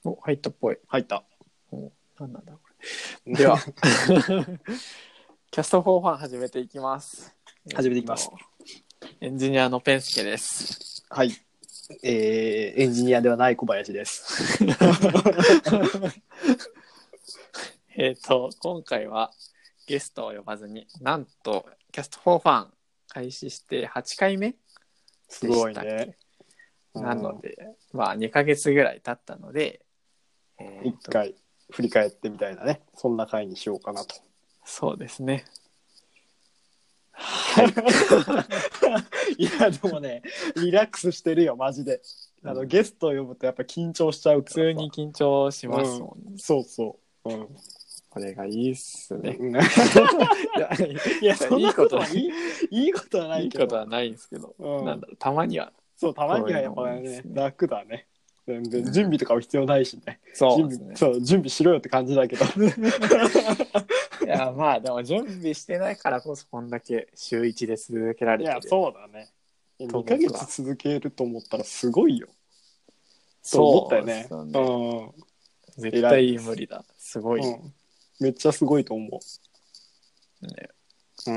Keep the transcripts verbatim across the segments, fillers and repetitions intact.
お、入ったっぽい。 入った。 お、なんなんだこれ。では、キャストフォーファン始めていきます。 始めていきます。 エンジニアのペンスケです。 はい。えー、エンジニアではない小林です。 えっと、今回はゲストを呼ばずに、なんとキャストフォーファン開始してはちかいめでしたっけ？ すごいね。 なので、まあにかげつぐらい経ったので、 えー、いっかい振り返ってみたいなね、そんな回にしようかなと。 そうですね。はい。 いやでもね、リラックスしてるよマジで。あの、うん、ゲストを呼ぶとやっぱ緊張しちゃうからさ。 普通に緊張しますもんね。 うん、そうそう。うん。 これがいいっすね。 いや、いやそんなことはいい、いいことはないけど。 いいことはないんですけど、うん、なんだろう、たまには。 そう、たまにはやっぱね、楽だね。全然準備とかは必要ないしね。 そうですね。 そう、準備しろよって感じだけど。 いや、まあでも準備してないからこそこんだけ週いちで続けられてる。 いや、そうだね。にかげつ続けると思ったらすごいよ。そう思ったよね。 そうですよね。うん。絶対無理だ。すごい、うん。 めっちゃすごいと思う。 ね。 うん。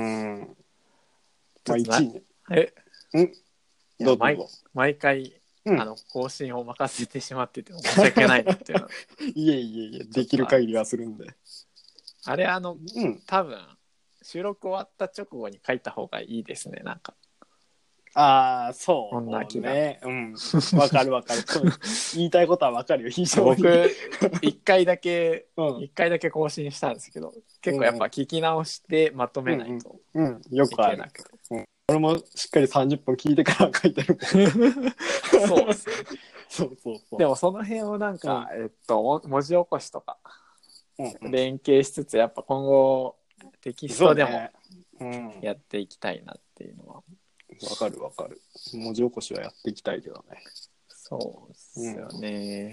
まあいちいね。 えうんどうぞ毎, 毎回、うん、あの更新を任せてしまってて申し訳ないなっていうのいえいえいえ、できる限りはするんで。 あれあの、うん、多分収録終わった直後に書いた方がいいですね。なんかああ、そうこんな気がね。うん、わかるわかる。言いたいことはわかるよ。非常に。 僕一回だけ一、うん、回だけ更新したんですけど、結構やっぱ聞き直してまとめないといけなくて、 うんうんうん、よくある。うん俺もしっかりさんじゅっぷん聞いてから書いてるそうですね。 そうそうそう。 でもその辺をなんか、うん、えっと文字起こしとか、うんうん、連携しつつやっぱ今後テキストでもやっていきたいなっていうのは。 わかるわかる。文字起こしはやっていきたいけどね。 そうですよね。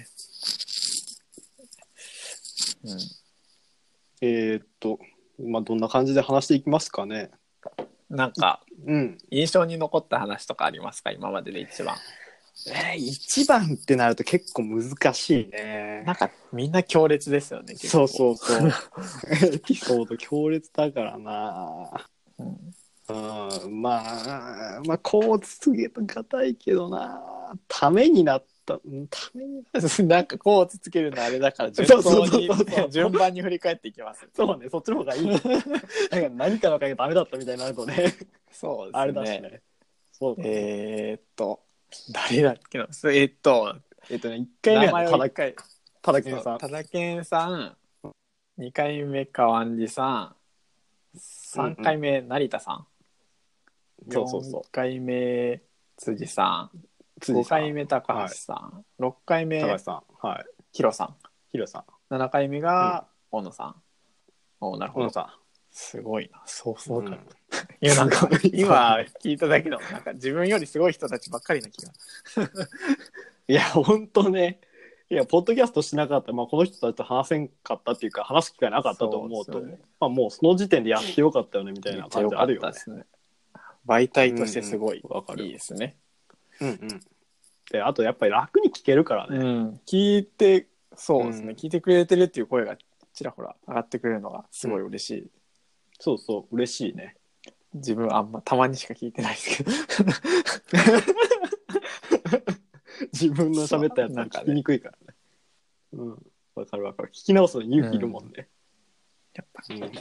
うん。うん、えー、っとまあどんな感じで話していきますかね。 なんか、 うん、 印象に残った話とかありますか？今までで一番。 えー、一番ってなると結構難しいね。 なんかみんな強烈ですよね。 そうそうそう。エピソード強烈だからな。うんうん、まあまあこう続けたかたいけどな。ためになった。ためになったなんかこう続けるのあれだから順当に順番に振り返っていきます。 そうね、そっちの方がいい。なんか何かの回がダメだったみたいになるとね。 そうですね。 あれだしね。そうだね。 えー、っと誰だっけな。えー、っとえー、っとねいっかいめはただけんただけんさん。 ただけんさん。にかいめ川地さん。さんかいめ成田さん。うんうん、そうそうそう。よんかいめ辻さん。ごかいめ高橋さん、はい、ろっかいめ高橋さん、はい、 ヒロさん、 ヒロさん、 ななかいめが小野さん、うん、おなるほど、 さんすごいな、そうそうか、うん、いやなんか今聞いただけどなんか自分よりすごい人たちばっかりな気がいや本当ね、いやポッドキャストしなかったら、まあ、この人たちと話せんかったっていうか話す機会なかったと思うと、ね、まあ、もうその時点でやってよかったよねみたいな感じあるよね。 ね、媒体としてすごい、うん、いいですね。 うんうん。であとやっぱり楽に聞けるからね、 うん、聞いてそうですね、うん、聞いてくれてるっていう声がちらほら上がってくれるのがすごい嬉しい、うん、 そうそう嬉しいね。 自分あんまたまにしか聞いてないですけど自分の喋ったやつは聞きにくいからね。うん、わかるわかる。聞き直すのに勇気いるもんね、うん、 やっぱり、うん、確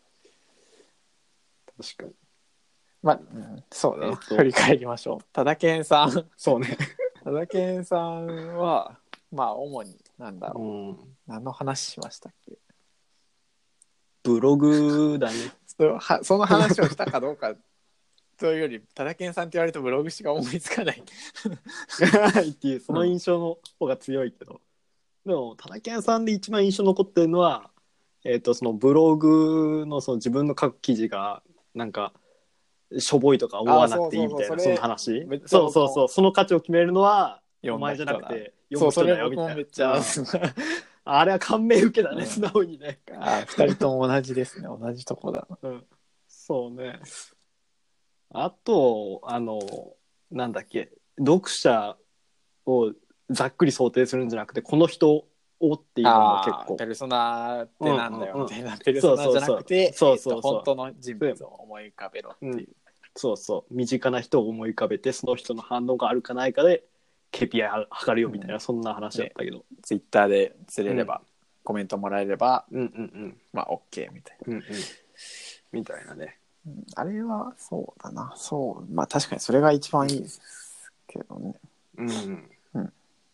かに。 まあ、うん、そうだな、えー、振り返りましょう。ただけんさんそうねただけんさんはまあ主になんだろう、うん、何の話しましたっけ。 ブログだねそ, その話をしたかどうかというよりただけんさんって言われるとブログしか思いつかないっていうその印象の方が強いけど、うん、でもただけんさんで一番印象残ってるのは、えー、とそのブログ の, その自分の書く記事がなんかしょぼいとか思わなくていいみたいな、その話。そうそうそう、その価値を決めるのはお前じゃなくて読む人だよみたいな。 めっちゃ、うん、 あれは感銘受けたね、うん、素直にね。 あふたりとも同じですね同じとこだ、 うん、そうね。あとあのなんだっけ、読者をざっくり想定するんじゃなくてこの人おっていうのも結構あーペルソナってなんだようんうんうんみたいな、ペルソナじゃなくてそうそうそうそうそうそうえっと本当の人物を思い浮かべろっていう、 そうそう身近な人を思い浮かべてその人の反応があるかないかで ケーピーアイ 測るよみたいな、 うんそんな話だったけど、 ツイッターで釣れれば、コメントもらえればうんうんうんまあ OK みたいな、 うんうんみたいなね。 うんあれはそうだな、そうまあ確かにそれが一番いいですけどね、 うん、 うん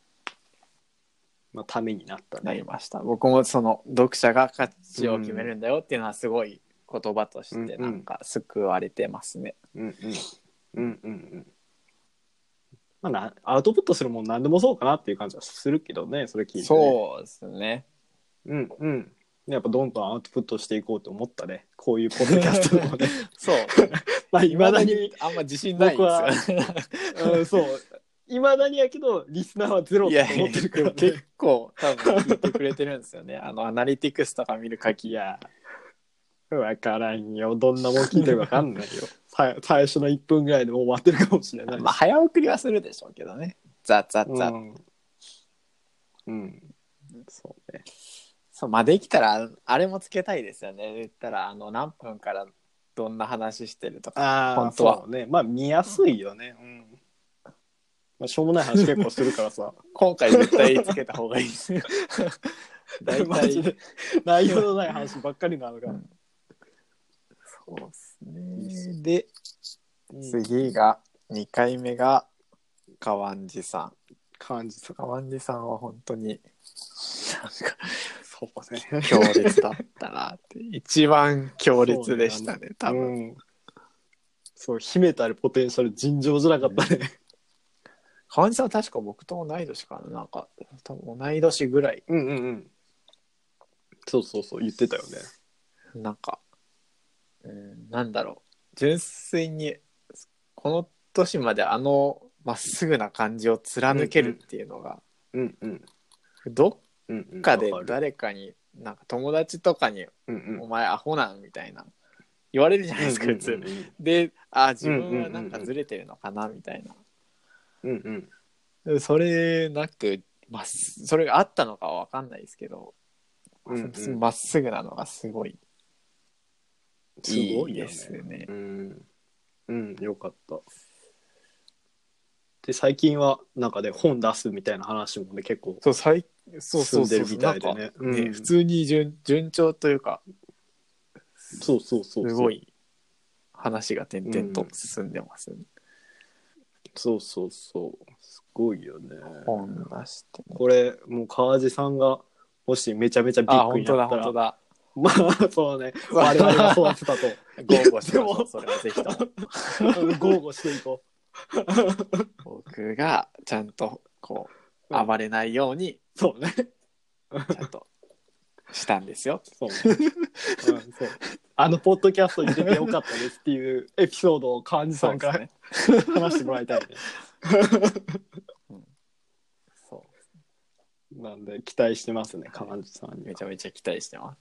まあためになったね。 なりました。僕もその読者が価値を決めるんだよっていうのはすごい言葉としてなんか救われてますね。 うんうんうんうんうんまあなアウトプットするもん何でもそうかなっていう感じはするけどね、それ聞いて、ね、 そうですね。 うんうんやっぱどんどんアウトプットしていこうと思ったね、こういうポッドキャストでもねそう。 まあいまだに未だにあんま自信ないんですよね。 うん、そういまだにやけどリスナーはゼロいって思やいやってるから、ね、 結構多分聞いてくれてるんですよね。あのアナリティクスとか見る限り。 いや分からんよ、どんなもん聞いてるか分かんないよさ最初のいっぷんぐらいでもう終わってるかもしれないし、 まあ早送りはするでしょうけどね。ザザザ。 うん、うん、そうね。 そうまあできたらあれもつけたいですよね。言ったらあの何分からどんな話してるとか。 ああ本当はそうね、まあ見やすいよね、うんまあ、しょうもない話結構するからさ今回絶対つけた方がいいですよ。大マジ体で内容のない話ばっかりなのが、 うんそうですいいっすね。で、 うん次がにかいめが川地さん。 感じとか川地さんは本当になんかそうね強烈だったなって一番強烈でしたね、多分、 うん、そう秘めたるポテンシャル尋常じゃなかったね、 川地さんは確か僕と同い年かな、なんか多分同い年ぐらい、 うん、うんうんうんそうそうそう言ってたよね。 なんか、うん、なんだろう、純粋にこの年まであのまっすぐな感じを貫けるっていうのが、 うんうんどっうんうんかでわかる誰かになんか友達とかにうんうんお前アホなんみたいな言われるじゃないですか、普通、 うんうんうんであ自分はなんかずれてるのかなみたいな、 うんうんそれなくまっすそれがあったのかは分かんないですけどうんうんまっすぐなのがすごいすごいよねいいですね。 うんうんよかった。で最近はなんかで本出すみたいな話もね結構そう最そうそうそう進んでるみたいでねなんかね、 うん普通に順順調というかそうそうそうそうすごい話が点々と進んでますね、 そうそうそうすごいよね。 本出してね、 これもう川地さんがもしめちゃめちゃビあッグに本当だなったら本当だまあそうね我々が育てたと豪語してもそれはぜひとも豪語していこ僕がちゃんとこううん暴れないようにう。そうね。 ちゃんとしたんですよ。 そうね、うん、そうあのポッドキャストに出てよかったですっていうエピソードを川地さんから、 ね、 話してもらいたいね。 うん、そなんで期待してますね、川地さんに。 うめちゃめちゃ期待してます。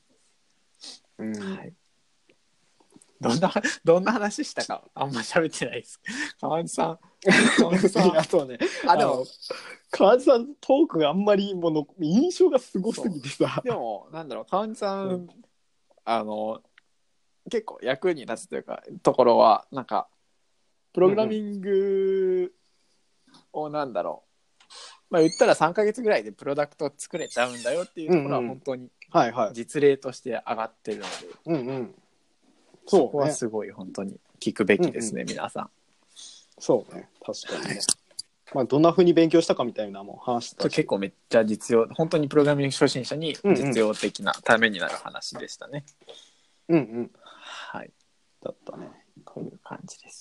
うんはい。どんなどんな話したかあんま喋ってないです。川地さん。川地さん。 いやそうね。 あでも川地さんトークがあんまりもの印象がすごすぎてさ。 でもなんだろう川地さん、うん、あの結構役に立つというかところはなんかプログラミングをなんだろう、まあ言ったらさんかげつぐらいでプロダクト作れちゃうんだよっていうところは本当に実例として上がってるので、 うんうん、 そうね、そこはすごい本当に聞くべきですね、うんうん、皆さん。 そうね、確かにね。はい、まあどんな風に勉強したかみたいなも話したし、 結構めっちゃ実用、本当にプログラミング初心者に実用的なためになる話でしたね。 うんうん、 はい。 だったね。 という感じです。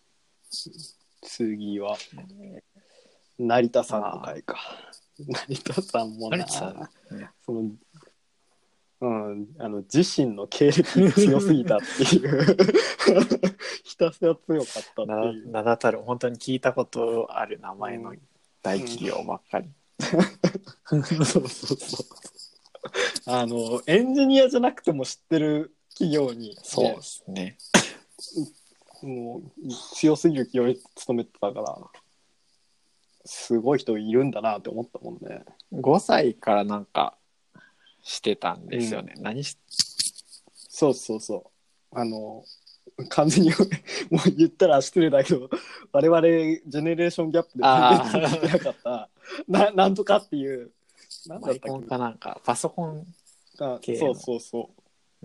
次は、成田さんの回か。成田さんもな、ね、その、うん、あの自身の経歴強すぎたっていうひたすら強かったっていう名だたる本当に聞いたことある名前の大企業ばっかり、 うんうん、そうそうそうあのエンジニアじゃなくても知ってる企業に、ね、 そうですねもう強すぎる企業に勤めてたからすごい人いるんだなって思ったもんね。 ごさいからなんかしてたんですよね、うん、何しそうそうそう、あの完全にもう言ったら失礼だけど、我々ジェネレーションギャップで全然ついてなかったな, なんとかっていうなんだったっけ、マイコンかなんかパソコン系の。 そうそうそう、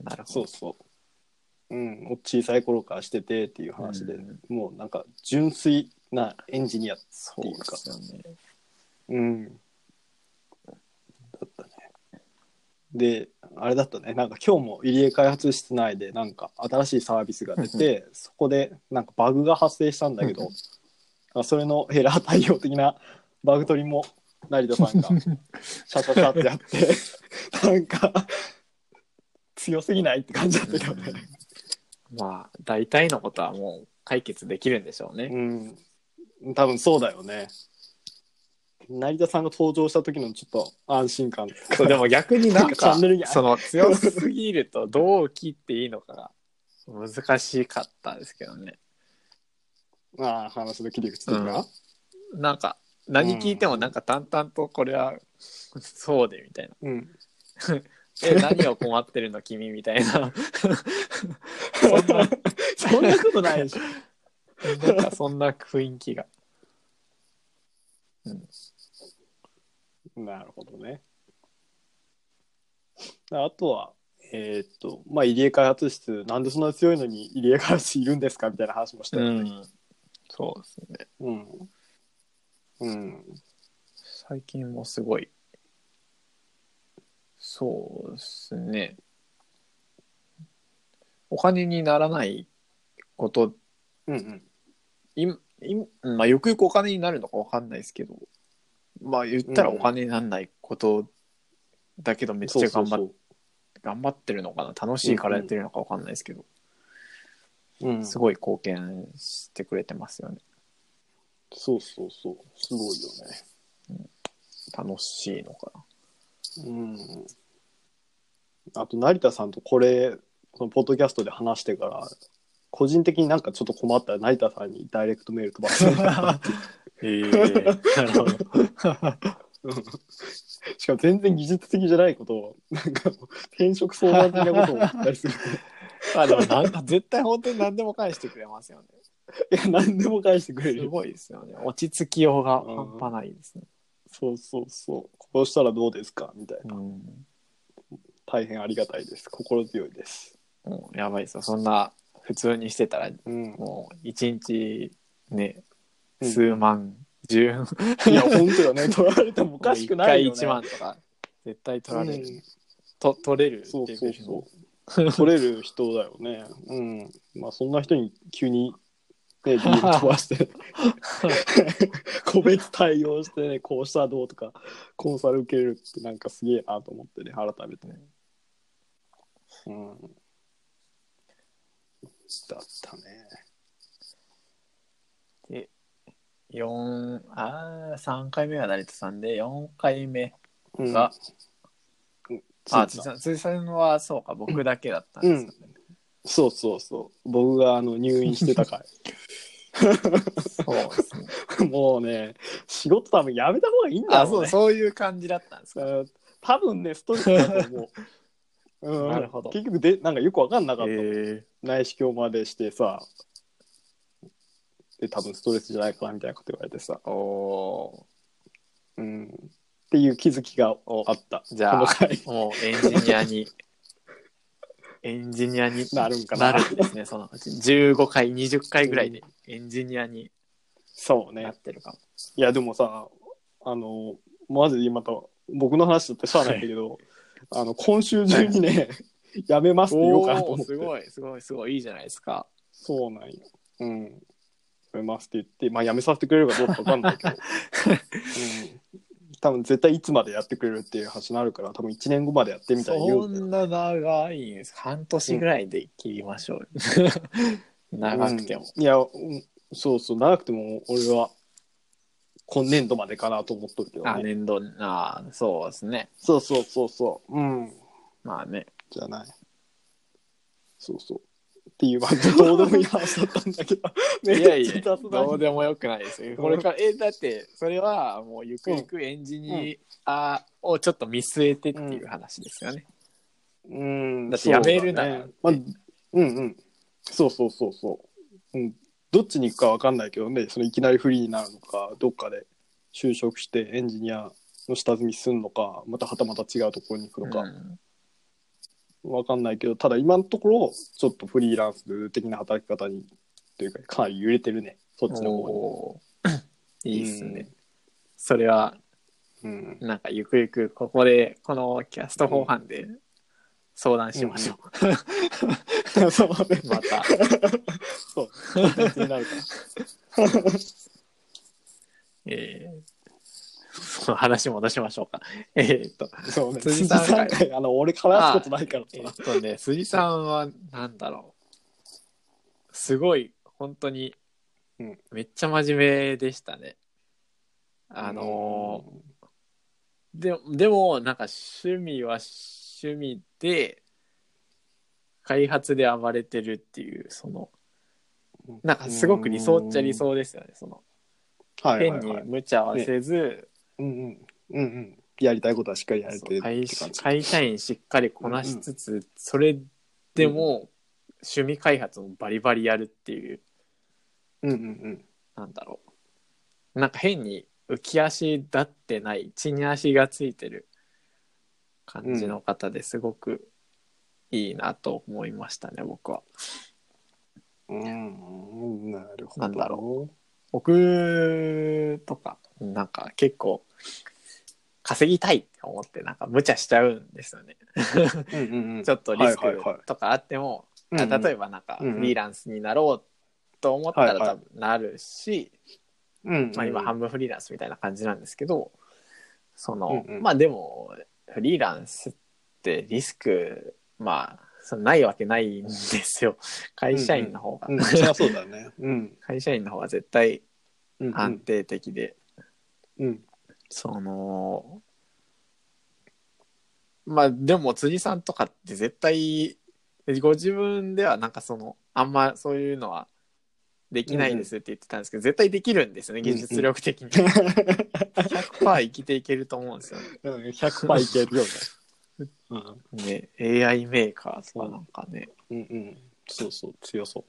なるほど、 そうそう、うん、小さい頃からしててっていう話で、うん、もうなんか純粋なエンジニアっていうか、 そうですよね、 うん、だったね。であれだったね、なんか今日も入江開発室内でなんか新しいサービスが出てそこでなんかバグが発生したんだけどそれのエラー対応的なバグ取りも成田さんがシャシャシャってやってなんか強すぎないって感じだったけどね。 まあ大体のことはもう解決できるんでしょうね。 うん、多分そうだよね。成田さんが登場した時のちょっと安心感。 そうでも逆になんかその強すぎるとどう切っていいのかが難しかったですけどね。 ああ、話の切り口とか、 うん、なんか何聞いてもなんか淡々とこれはそうでみたいな、うん、え何を困ってるの君みたいなそんなそんなことないでしょ。 なんかそんな雰囲気が、 うん、なるほどね。あとはえー、っとまあ入江開発室なんでそんな強いのに入江開発室いるんですかみたいな話もしたよね。うん、 そうですね。 うんうん。 最近もすごいそうですね。お金にならないこと、うんうん、いいまあよくよくお金になるのか分かんないですけど、まあ言ったらお金にならないことだけどめっちゃ頑張っ、そうそうそう頑張ってるのかな、楽しいからやってるのか分かんないですけど、うんうん、すごい貢献してくれてますよね。 そうそうそう、すごいよね。 うん、楽しいのかな。 うん。あと成田さんとこれこのポッドキャストで話してから個人的になんかちょっと困ったら成田さんにダイレクトメール飛ばしてもらったっていうえー、なるほどしかも全然技術的じゃないことをなんか転職相談的なことを言ったりするあでもなんか絶対本当に何でも返してくれますよね。 いや何でも返してくれる。 すごいですよね。落ち着きようが半端ないですね。 そうそうそう、こうしたらどうですかみたいな、うん、大変ありがたいです。心強いです。 もうやばいですよ。そんな普通にしてたら、うん、もう一日ね、うん、数万、十、いや本当よね。取られてもおかしくないよね。 いっかいいちまんとか絶対取られる。うん、と取れる。 そうそうそう。取れる人だよね。うん。まあそんな人に急にね、ディーエム 飛ばして個別対応してね、こうしたらどうとかコンサル受けるってなんかすげえなと思ってね、改めてね。うん。だったね。 で、よん、あさんかいめは成田さんで、よんかいめが、うん、あ、辻さんはそうか、僕だけだったんですよね。うん、 そうそうそう。僕があの入院してた回。そうですね。もうね、仕事多分やめた方がいいんだろうね。あ、 そう、そういう感じだったんですか。 多分ね、ストレスだと思う。うん、なるほど。結局でなんかよく分かんなかった、えー、内視鏡までしてさ、で多分ストレスじゃないかなみたいなこと言われてさ、お、うん、っていう気づきがあった。 じゃあもうエンジニアにエンジニアになるんかな。なるんですね。そのじゅうごかいにじゅっかいぐらいでエンジニアになってるかも。 うん、いやでもさ、あのマジで今と僕の話だってしゃあないんだけど、あの今週中にねやめますって言おうかなと思って。 すごいすごいすごいいいじゃないですか。 そうなんよ。うん。やめますって言って、まあやめさせてくれるかどうかわかんないけど、うん、多分絶対いつまでやってくれるっていう話になるから、多分いちねんごまでやってみたいに言うんだよ。そんな長いんです。半年ぐらいで切りましょう。うん、長くても、 うん。いや、そうそう、長くても俺は今年度までかなと思っとるけどね。 あ、年度、あ、そうですね。 そうそうそうそう。うん。 まあね。 じゃない。そうそう。っっていう、まあ、どうでもいい話だったんだけどいやいやめっちゃ雑談どうでもよくないですよ。これからえだってそれはもうゆくゆくエンジニアをちょっと見据えてっていう話ですよね。 うん、 だってやめるなら、 そうだね、まあ、うんうんそうそうそうそう、うん、どっちに行くか分かんないけどね、そのいきなりフリーになるのか、どっかで就職してエンジニアの下積みするのか、またはたまた違うところに行くのか、 うん分かんないけど、ただ今のところちょっとフリーランス的な働き方にというかかなり揺れてるね、そっちの方に。 いいっすね、うん、それは、うん、なんかゆくゆくここでこのキャスト後半で相談しましょう、うんうん、そうねまたそうコンテンツになるからえー、話戻しましょうか。えー、っとそう、ね、辻さん回あの俺話すことないからさ、 えー、っとね辻さんはなんだろう、すごい本当にめっちゃ真面目でしたね。あのー、ででもなんか趣味は趣味で開発で暴れてるっていう、そのなんかすごく理想っちゃ理想ですよね。その、はいはいはい、変に無茶はせず、 ね、うんうんうんうんやりたいことはしっかりやれてる会会社員しっかりこなしつつ、うんうん、それでも趣味開発をバリバリやるっていう、 うんうんうん、 なんだろう、なんか変に浮き足立ってない地に足がついてる感じの方ですごくいいなと思いましたね、僕は。 うん、なるほど。 なんだろう、僕とかなんか結構稼ぎたいって思ってなんか無茶しちゃうんですよね。うんうんうん、ちょっとリスクとかあっても、はいはいはい、例えばなんかフリーランスになろうと思ったら多分なるし、うんうん、まあ、今半分フリーランスみたいな感じなんですけど、その、うんうん、まあでもフリーランスってリスクまあそのないわけないんですよ、会社員の方が。 うんうん、そりゃそうだね、うん、 会社員の方が絶対安定的で、 うんうん、 そのまあでも辻さんとかって絶対ご自分ではなんかそのあんまそういうのはできないですって言ってたんですけど、うんうん、絶対できるんですよね、技術力的に。うんうん、ひゃくパーセント 生きていけると思うんですよね。 うん、ひゃくパーセント いけるよね。 うん、ね、エーアイ メーカーとかなんかね、 うんうん、そうそう強そう、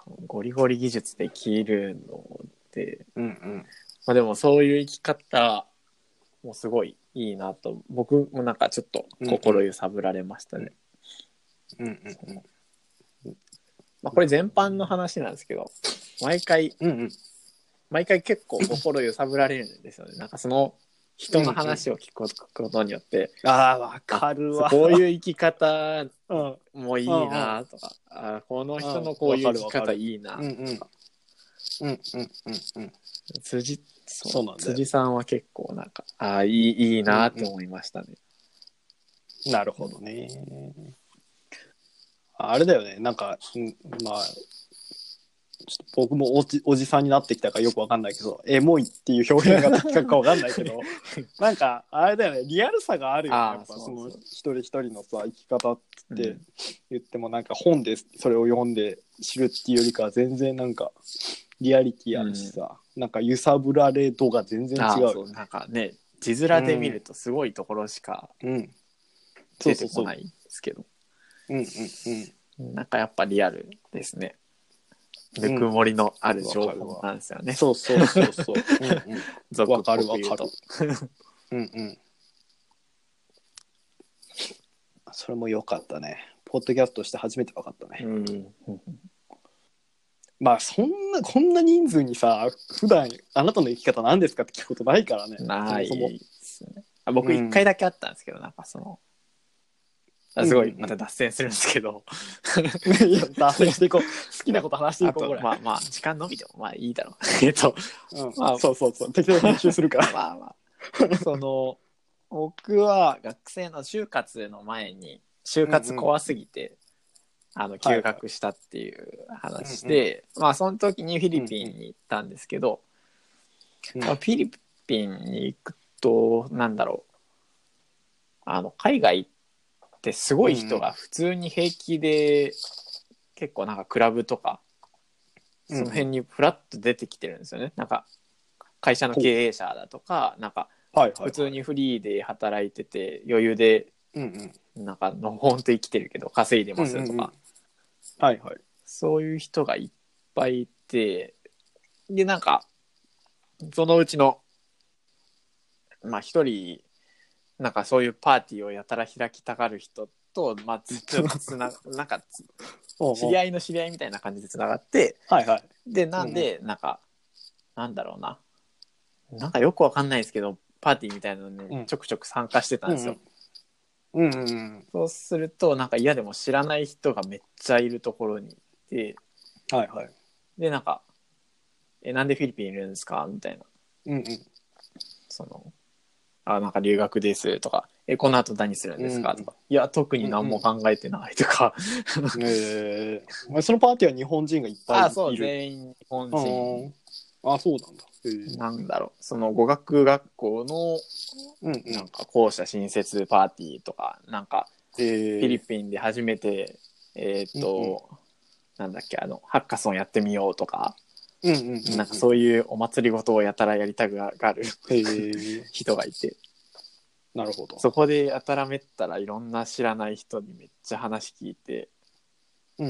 ゴリゴリ技術できるので、 うんうん、 まあでもそういう生き方もすごいいいなと僕もなんかちょっと心揺さぶられましたね。うんうんうん、まあ、これ全般の話なんですけど、毎回、うんうん、毎回結構心揺さぶられるんですよね。なんかその人の話を聞くことによって、 うんうん、ああわかるわ、 こういう生き方もいいなとか、うん、あこの人のこういう生き方いいなとか、うんうんうんうん、辻そうなんだ辻さんは結構なんかあいいいいなって思いましたね。 うんうん、なるほどね。あれだよね、なんか、まあちょっと僕もおじ、おじさんになってきたからよくわかんないけど、エモいっていう表現が的確かわかんないけどなんかあれだよね、リアルさがあるよね、やっぱその一人一人のさ生き方って言っても、なんか本でそれを読んで知るっていうよりかは全然なんかリアリティあるしさ、うん、なんか揺さぶられ度が全然違うよね。 そうなんかね、字面で見るとすごいところしか出てこないんですけど、うんうんうん、なんかやっぱリアルですね。ぬくもりのある情報なんですよね。 うん、そうそうそうそう。うんうん、わかるわかる。うんうん。それも良かったね。ポッドキャストして初めて分かったね。うん、まあそんなこんな人数にさ、普段あなたの生き方何ですかって聞くことないからね。 ないですね。あ、僕一回だけあったんですけど、うん、なんかその。すごいまた脱線するんですけど、 うん、いや脱線していこう、好きなこと話していこう。 あとまあまあ時間伸びてもまあいいだろうえっと、 うん、まあ、そうそうそう適当に編集するからまあまあその僕は学生の就活の前に就活怖すぎて、うんうん、あの休学したっていう話で、はいはい、まあその時にフィリピンに行ったんですけど、うんうんまあ、フィリピンに行くとなんだろう、あの海外ってすごい人が普通に平気で結構なんかクラブとかその辺にフラッと出てきてるんですよね、うん、なんか会社の経営者だとかなんか普通にフリーで働いてて余裕でなんかのほんと生きてるけど稼いでますとか、うんうんうん、 はいはい、 そういう人がいっぱいいて、でなんかそのうちのまあ一人なんかそういうパーティーをやたら開きたがる人と、まあ、ずっとつななんか知り合いの知り合いみたいな感じでつながって、 はいはい、 でなんで、うん、なんかなんだろうななんかよくわかんないですけどパーティーみたいなのにちょくちょく参加してたんですよ、 うんうんうん、 そうするとなんか嫌でも知らない人がめっちゃいるところにいて、 はいはい、 でなんかえなんでフィリピンいるんですかみたいな、 うんうん、 そのあなんか留学ですとかえこの後何するんですか、うん、とかいや特に何も考えてないとか、 うんうん、えー、そのパーティーは日本人がいっぱいいる。 あそう全員日本人。 あそうなんだ、えー、 なんだろうその語学学校のなんか校舎新設パーティーとかなんかフィリピンで初めてえー、っと、うんうん、なんだっけあのハッカソンやってみようとか、うんうんうんうん、なんかそういうお祭りごとをやたらやりたがる人がいて、 なるほど。 そこでやたらめったらいろんな知らない人にめっちゃ話聞いて、 うんうん、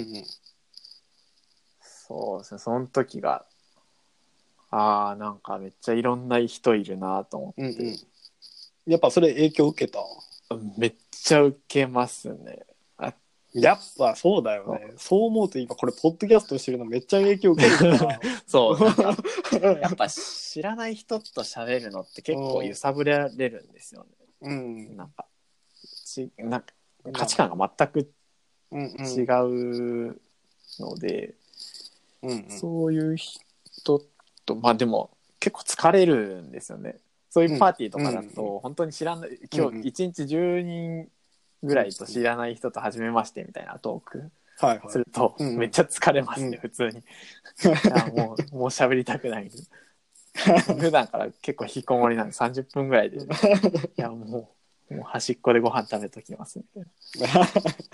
そうですねその時があーなんかめっちゃいろんな人いるなと思って、うんうん、 やっぱそれ影響受けた？ めっちゃ受けますね。あやっぱそうだよね。そう思うと今これポッドキャストしてるのめっちゃ影響受けるからそうなんかやっぱ知らない人と喋るのって結構揺さぶられるんですよね、うん、なんかちなんか価値観が全く違うので、うんうん、そういう人とまあでも結構疲れるんですよね。そういうパーティーとかだと、うんうん、本当に知らない今日いちにちじゅうにんぐらいと知らない人と初めましてみたいなトークすると、はいはい、めっちゃ疲れますね、うん、普通にいやもうもう喋りたくない普段から結構引きこもりなんでさんじゅっぷんぐらいでいやもう、もう端っこでご飯食べときますみたいな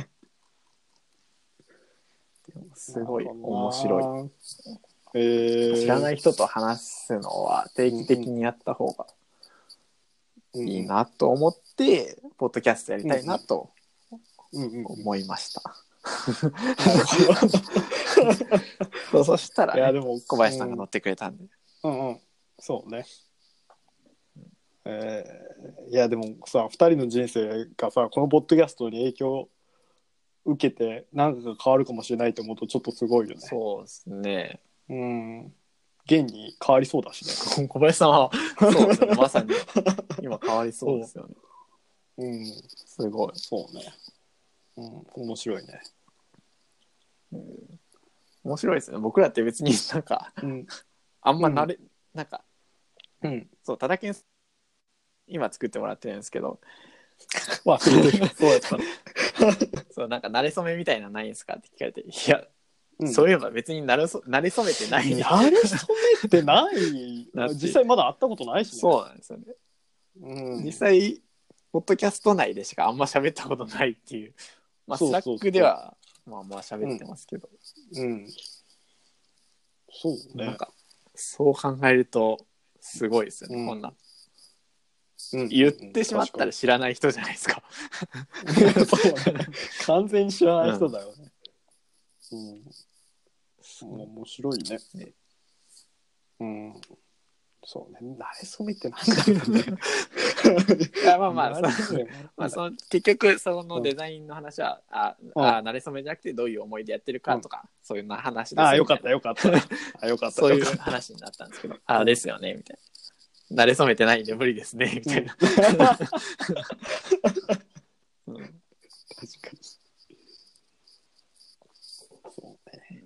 すごい面白い、えー、知らない人と話すのは定期的にやった方がいいなと思って、うんうん、ポッドキャストやりたいなと思いました。そう、そしたら、ね、いやでも小林さんが乗ってくれたんで。 うんうん、そうね。えー、いやでもさふたりの人生がさこのポッドキャストに影響受けて何かが変わるかもしれないと思うとちょっとすごいよね。 そうですね。 うん。現に変わりそうだしね。小林さんはそうですね。まさに今変わりそうですよね。 う、うん、すごい。そうね。うん、面白いね。 うん、面白いですね。僕らって別になんか、うん、あんま慣れ、うん、なんか、うん、そうただけん今作ってもらってるんですけど、 まあそうやったね。 そうなんか慣れ初めみたいなのないんですかって聞かれて、いや。うん、そういえば別に慣れそ慣れ初めてない。 慣れ初めてない実際まだ会ったことないしね。 そうなんですよね、うん、実際ポッドキャスト内でしかあんま喋ったことないっていう、まあスラックではまあまあ喋ってますけど、うん、うん、 そうね。 なんかそう考えるとすごいですよね、うん、こんな、うん、言ってしまったら知らない人じゃないですか。 そうね、完全に知らない人だよね、うん、うん、面白いね。ね、うん、そうね。慣れ初めってなんだろうね。 いやまあまあ、そまあその結局そのデザインの話は、うん、ああ慣れ初めじゃなくてどういう思いでやってるかとか、うん、そういう話ですよ。 あよかったよかった。あよかった。 そういう話になったんですけど、ああですよねみたいな。慣れ初めてないんで無理ですねみたいな。うん、確かに。 そうね。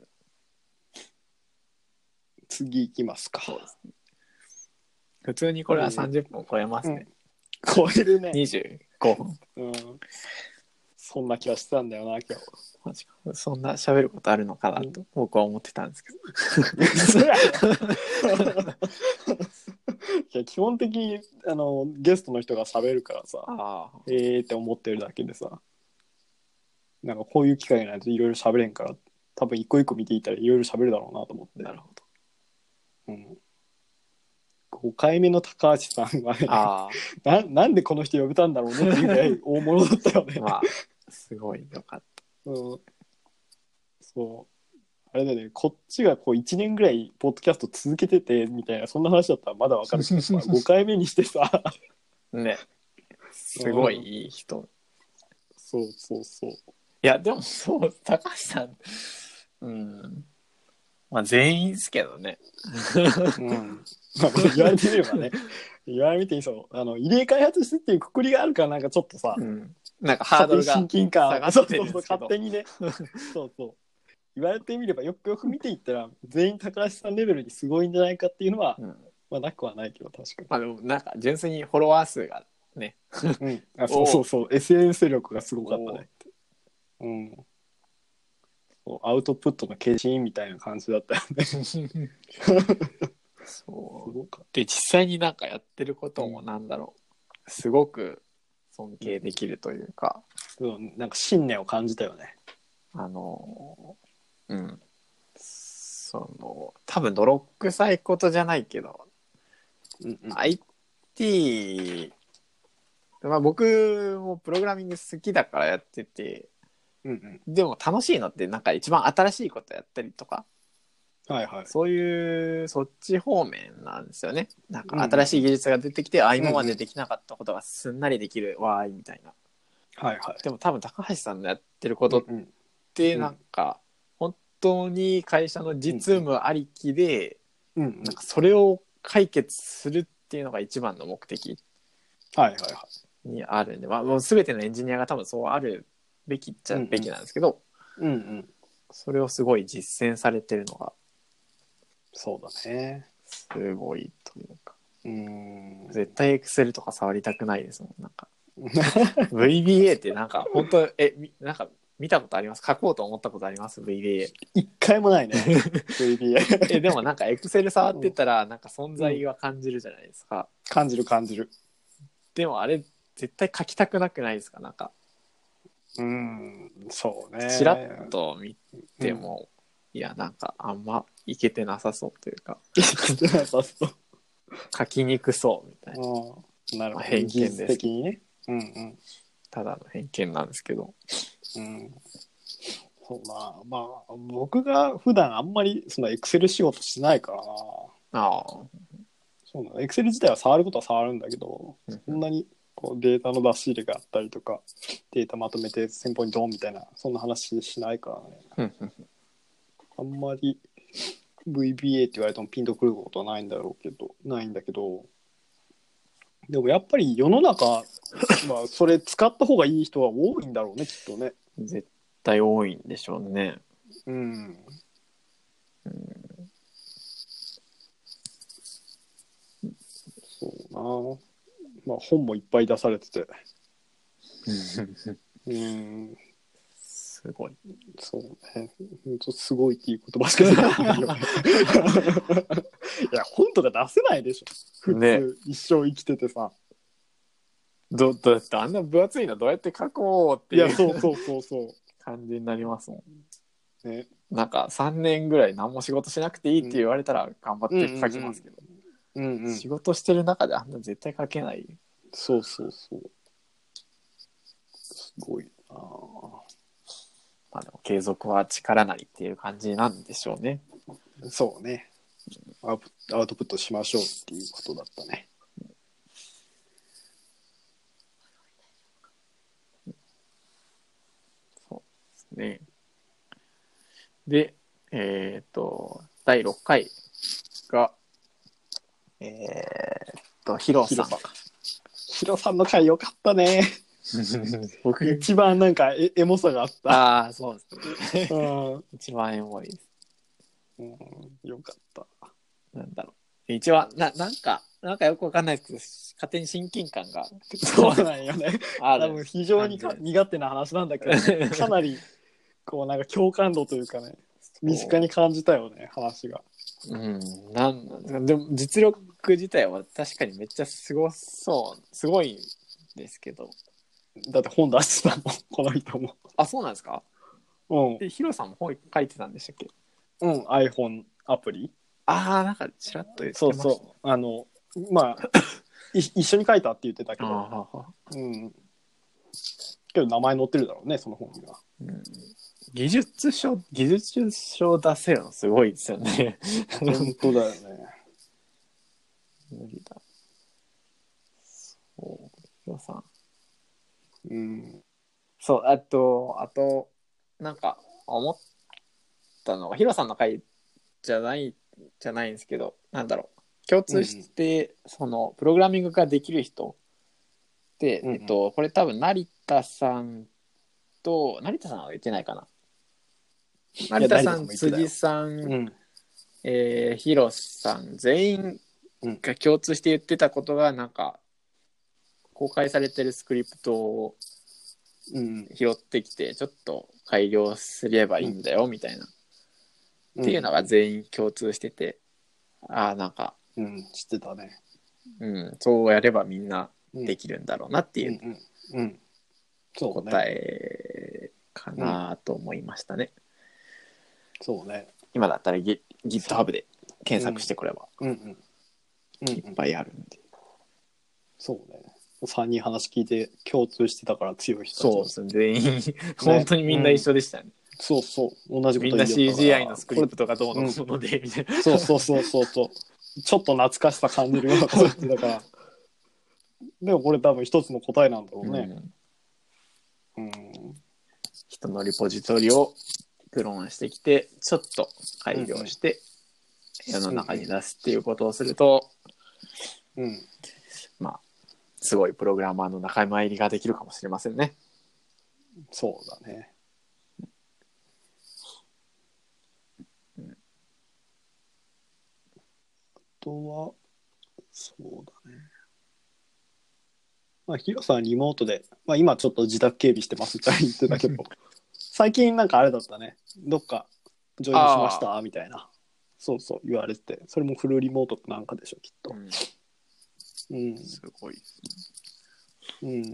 次行きますか。そうですね。 普通にこれはさんじゅっぷん超えますね。 うん、超えるね。 にじゅうごふん。 うん。そんな気はしてたんだよな今日。 マジか。そんな喋ることあるのかなと僕は思ってたんですけど。 いや基本的にあのゲストの人が喋るからさ、あえーって思ってるだけでさ、なんかこういう機会がないといろいろ喋れんから多分一個一個見ていったらいろいろ喋るだろうなと思って。 なるほど。 うん、ごかいめの高橋さんはねあな、なんでこの人呼べたんだろうねっていうぐらい大物だったよね。 まあすごいよかった。 うん、そうあれだね、こっちがこういちねんぐらいポッドキャスト続けててみたいなそんな話だったらまだわかるけど、まあごかいめにしてさね、すごいいい人。 そうそうそう。 いやでもそう高橋さん、うん、まあ全員ですけどね。 うん、まあ言われてみればね、言われてみてそうあの入れ開発室っていうくくりがあるからなんかちょっとさ、 うん、なんかハードルが親近感下がってるんですけど、 そうそうそう勝手にねそうそう言われてみればよくよく見ていったら全員高橋さんレベルにすごいんじゃないかっていうのは、 うん、 まあなくはないけど確かに。 まあでもなんか純粋にフォロワー数がね、 うん、あそうそうそう エスエヌエス 力がすごかったね。うん、そうアウトプットの化身みたいな感じだったよね。 そうすごかっで実際になんかやってることもなんだろう、すごく尊敬できるというか、 た。うんなんか信念を感じたよね。 あのうんその多分泥臭いことじゃないけど、 うんうん、 アイティー、まあ、僕もプログラミング好きだからやってて、 うんでも楽しいのってなんか一番新しいことやったりとか、 うん、はいはい。 そういうそっち方面なんですよね。なんか新しい技術が出てきて、うん、あ今までできなかったことがすんなりできるわーいみたいな。 はいはい。 でも多分高橋さんのやってることってなんか本当に会社の実務ありきで、うんうん、なんかそれを解決するっていうのが一番の目的にあるんで、まあ、もう全てのエンジニアが多分そうあるべきっちゃべきなんですけど、 うんうん、 それをすごい実践されてるのがそうだね、 すごいというか、 うーん絶対 Excel とか触りたくないですもん。なんかブイビーエー ってなんか本当えなんか見たことあります？書こうと思ったことあります？ ブイビーエー一回もないねブイビーエーえでもなんか Excel 触ってたらなんか存在は感じるじゃないですか、うん、 感じる感じる。 でもあれ絶対書きたくなくないですか？なんかうーんそうね、 チラッと見ても、うん、いやなんかあんまいけてなさそうというか書きにくそうみたいな、 うん、なるほど、 偏見です的にね、うんうん、 ただの偏見なんですけど、 うん、そうな、まあ僕が普段あんまりそのエクセル仕事しないからな。 ああ、 そうなの、エクセル自体は触ることは触るんだけど、そんなにこうデータの出し入れがあったりとかデータまとめて先方にドンみたいなそんな話しないからねあんまり ブイビーエー って言われてもピンとくることはないんだろうけどないんだけど、でもやっぱり世の中まあそれ使った方がいい人は多いんだろうねきっとね。 絶対多いんでしょうね。 うん、うん、そうな、まあ本もいっぱい出されててうんすごい。 そうね、本当すごいっていう言葉しか出ないよねいや本とか出せないでしょ普通、ね、一生生きててさ、 どどうやってあんな分厚いのどうやって書こうっていう、 いやそうそうそうそう感じになりますもん、 ね、 なんかさんねんぐらい何も仕事しなくていいって言われたら頑張って書きますけど、うんうんうん、仕事してる中であんな絶対書けない。 そうそうそうすごいな。 まあでも継続は力なりっていう感じなんでしょうね。 そうね、アウアウトプットしましょうっていうことだったね。 そうですね。で、えっとだいろっかいがえー、っとヒロさんヒロさんの回良かったね僕一番なんかエモさがあった。 ああそうですね、うん、一番エモいです、 うん、よかった。 なんだろう、一番ななんかなんかよくわかんないですけど勝手に親近感がそうなんよね多分非常に身勝手な話なんだけどかなりこうなんか共感度というかね身近に感じたよね話が。 うんなんでも実力自体は確かにめっちゃすごそうすごいんですけど、 だって本出してたもんこの人も。 あそうなんですか。 うんでヒロさんも本書いてたんでしたっけ？ うん iPhone アプリ。 ああ、なんかちらっと言ってそうました。 そうあのまあい一緒に書いたって言ってたけど、 ああ、 うんけど名前載ってるだろうねその本には。 うん、技術書技術書出せるのすごいですよね。 本当だよね。 無理だ。そうヒロさん。 うんそう、あと、あと、なんか思ったのが、ヒロさんの回じゃない、じゃないんですけど、なんだろう。共通して、うん、その、プログラミングができる人って、うんうん、えっと、これ多分、成田さんと、成田さんは言ってないかな。成田さん、辻さん、うん、えー、ヒロさん、全員が共通して言ってたことが、なんか、公開されてるスクリプトを拾ってきて、ちょっと改良すればいいんだよ、みたいな。うん、っていうのが全員共通してて、ああ、なんか、 うん、知ってたね。 うん、そうやればみんなできるんだろうなっていう答えかなと思いましたね。 そうね。 今だったら GitHub で検索してこればいっぱいあるんで。 そうね。さんにん話聞いて共通してたから強い人たち。そうですね。全員、本当にみんな一緒でしたね。うん、 そうそう。同じこと言ったから。 みんな シージーアイ のスクリプトがどうのもので、みたいな。 そうそうそうそうそう。ちょっと懐かしさ感じるようなこと言ってたから。でもこれ多分一つの答えなんだろうね。うん。うん、 人のリポジトリをクローンしてきて、ちょっと改良して、世の中に出すっていうことをすると、うん、まあ、すごいプログラマーの仲間入りができるかもしれませんね。 そうだね。うん、あとは、そうだね。まあ、ヒロさんリモートで、まあ、今ちょっと自宅警備してますって言ってたけど、最近なんかあれだったね。どっかジョインしましたみたいな。そうそう言われて、それもフルリモートなんかでしょきっと。うん。うん、 すごいですね。うん。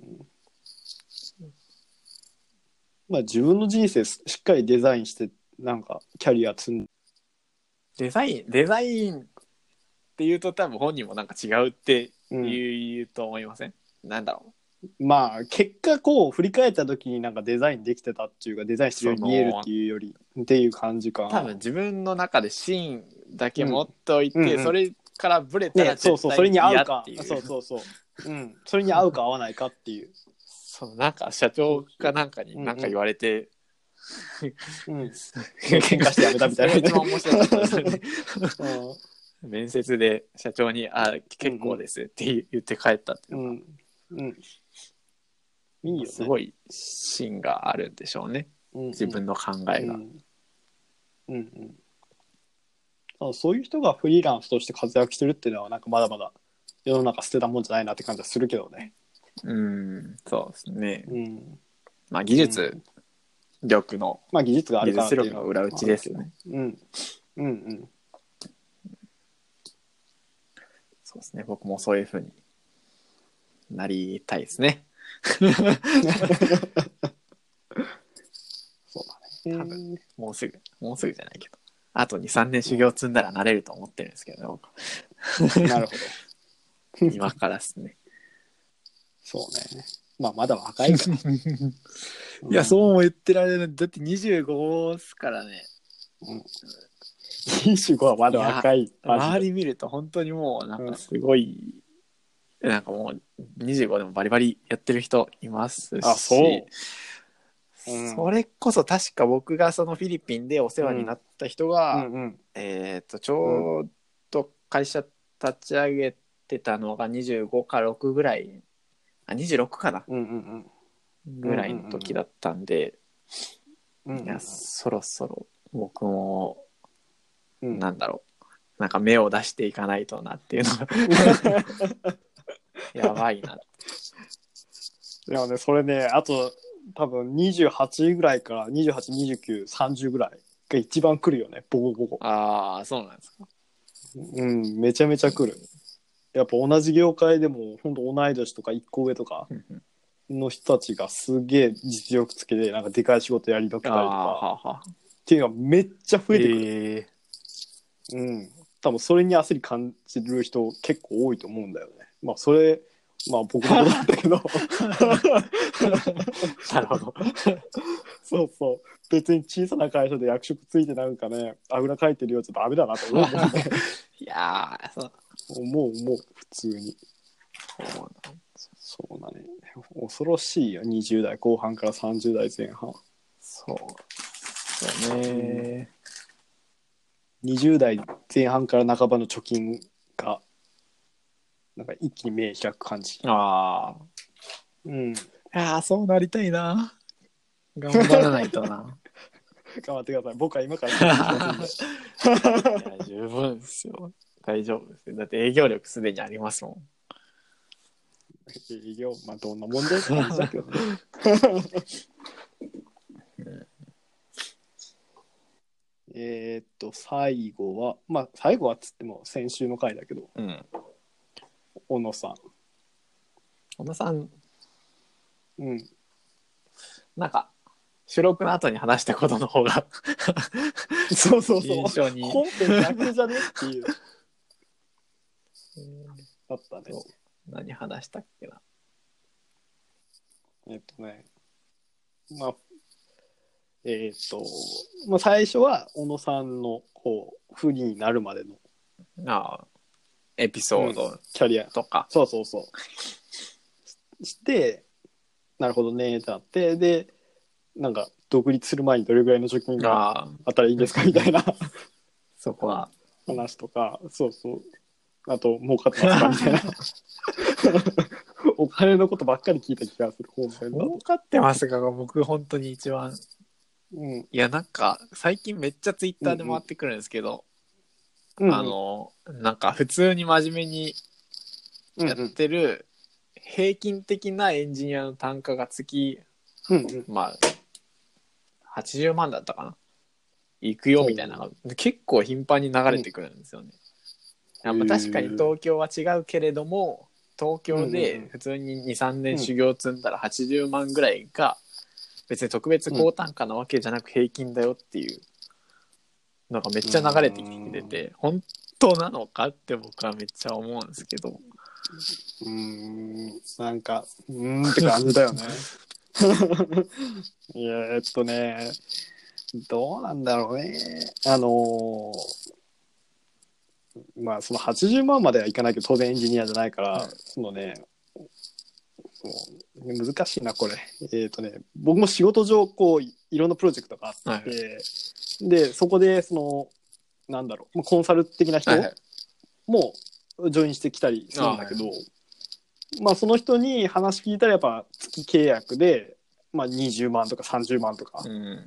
まあ自分の人生しっかりデザインしてなんかキャリア積んで。 デザインデザインっていうと多分本人もなんか違うって言うと思いません？うん、なんだろう。まあ結果こう振り返った時になんかデザインできてたっていうかデザインしてるように見えるっていうよりっていう感じかな。 多分自分の中でシーンだけ持っておいて、うんうんうん、それからブレたら絶対に嫌っていう、 ね、そうそうそれに合うかそうそうそう、うん、それに合うか合わないかっていうそうなんか社長かなんかに何か言われて、 うんうん、喧嘩してやめたみたいな、ね、 一番面白かったですよね、うん、面接で社長にあ結構ですって言って帰ったっていうのが、うんうんいいよね、すごい芯があるんでしょうね、うんうん、自分の考えが、うんうんうん、そういう人がフリーランスとして活躍してるっていうのはなんかまだまだ世の中捨てたもんじゃないなって感じはするけどね。 うんそうですね、うん、まあ技術力の、 うん、まあ技術があるからっていうのが裏打ちですね、 うん、うんうんそうですね、僕もそういう風になりたいですねそうだね、多分もうすぐもうすぐじゃないけどあと に,さん 年修行積んだらなれると思ってるんですけど、 うん、なるほど今からですねそうね、まあまだ若いから、 いやそうも言ってられない、だってにじゅうごですからね、 うん、にじゅうごはまだ若い。 周り見ると本当にもうなんかすごい、うん、なんかもうにじゅうごでもバリバリやってる人いますし、 あ、そう、 うん、それこそ確か僕がそのフィリピンでお世話になった人が、うんうんうん、えっとちょうど会社立ち上げてたのがにじゅうごかろくぐらい、あにじゅうろくかな、うんうんうん、ぐらいの時だったんで、うんうんうん、いやそろそろ僕も、うん、なんだろうなんか芽を出していかないとなっていうのがやばいなって。 いやねそれねあと多分にじゅうはちぐらいからにじゅうはち、にじゅうきゅう、さんじゅうぐらいが一番来るよねボコボコ。 ああそうなんですか。 うんめちゃめちゃ来る。やっぱ同じ業界でも本当同い年とかいっこ上とかの人たちがすげえ実力つけてなんかでかい仕事やりだったりとかははっていうのがめっちゃ増えてくる、 えー、うん多分それに焦り感じる人結構多いと思うんだよね。まあそれまあ僕のことなんだけどなるほどそうそう別に小さな会社で役職ついてなんかねあぐらかいてるようじゃダメだなと思うんだよねいやーそう思う思う普通にそうだね恐ろしいよにじゅう代後半からさんじゅう代前半そうそうね、 にじゅう代前半から半ばの貯金がなんか一気に目開く感じ。 ああうんいやーそうなりたいな頑張らないとな頑張ってください僕は今から説明しますんでいや十分ですよ大丈夫ですよだって営業力すでにありますもん営業まあどんなもんでって感じだけどねえーっと最後はまあ最後はっつっても先週の回だけど、 うん、 小野さん小野さんうんなんか収録の後に話したことの方がそうそうそう印象に本編逆じゃねっていうだったね。 何話したっけなえっとねまあえっとまあ最初は小野さんのこう不利になるまでのああエピソードキャリアとか、 そうそうそうしてなるほどねってなってでなんか独立する前にどれぐらいの貯金がああったらいいんですかみたいなそこは話とかそうそうあと儲かってますかみたいなお金のことばっかり聞いた気がする本編だと儲かってますかが僕本当に一番うんいやなんか最近めっちゃツイッターで回ってくるんですけど、 うんうん、 あのなんか普通に真面目にやってる平均的なエンジニアの単価が月、 うんうん、 まあはちじゅうまんだったかな行くよみたいなのが結構頻繁に流れてくるんですよね、うん、やっぱ確かに東京は違うけれども東京で普通に にさんねん修行積んだらはちじゅうまんぐらいが別に特別高単価なわけじゃなく平均だよっていうのがめっちゃ流れてきてて本当なのかって僕はめっちゃ思うんですけどうーんなんかうーんって感じだよねいやえっとねどうなんだろうねあのー、まあそのはちじゅうまんまではいかないけど当然エンジニアじゃないから、うん、そのね難しいなこれえっとね僕も仕事上こういろんなプロジェクトがあって、はい、でそこでそのなんだろうコンサル的な人もジョインしてきたりするんだけど、はい、まあその人に話聞いたらやっぱ月契約で、まあ、にじゅうまんとかさんじゅうまんとか、うん、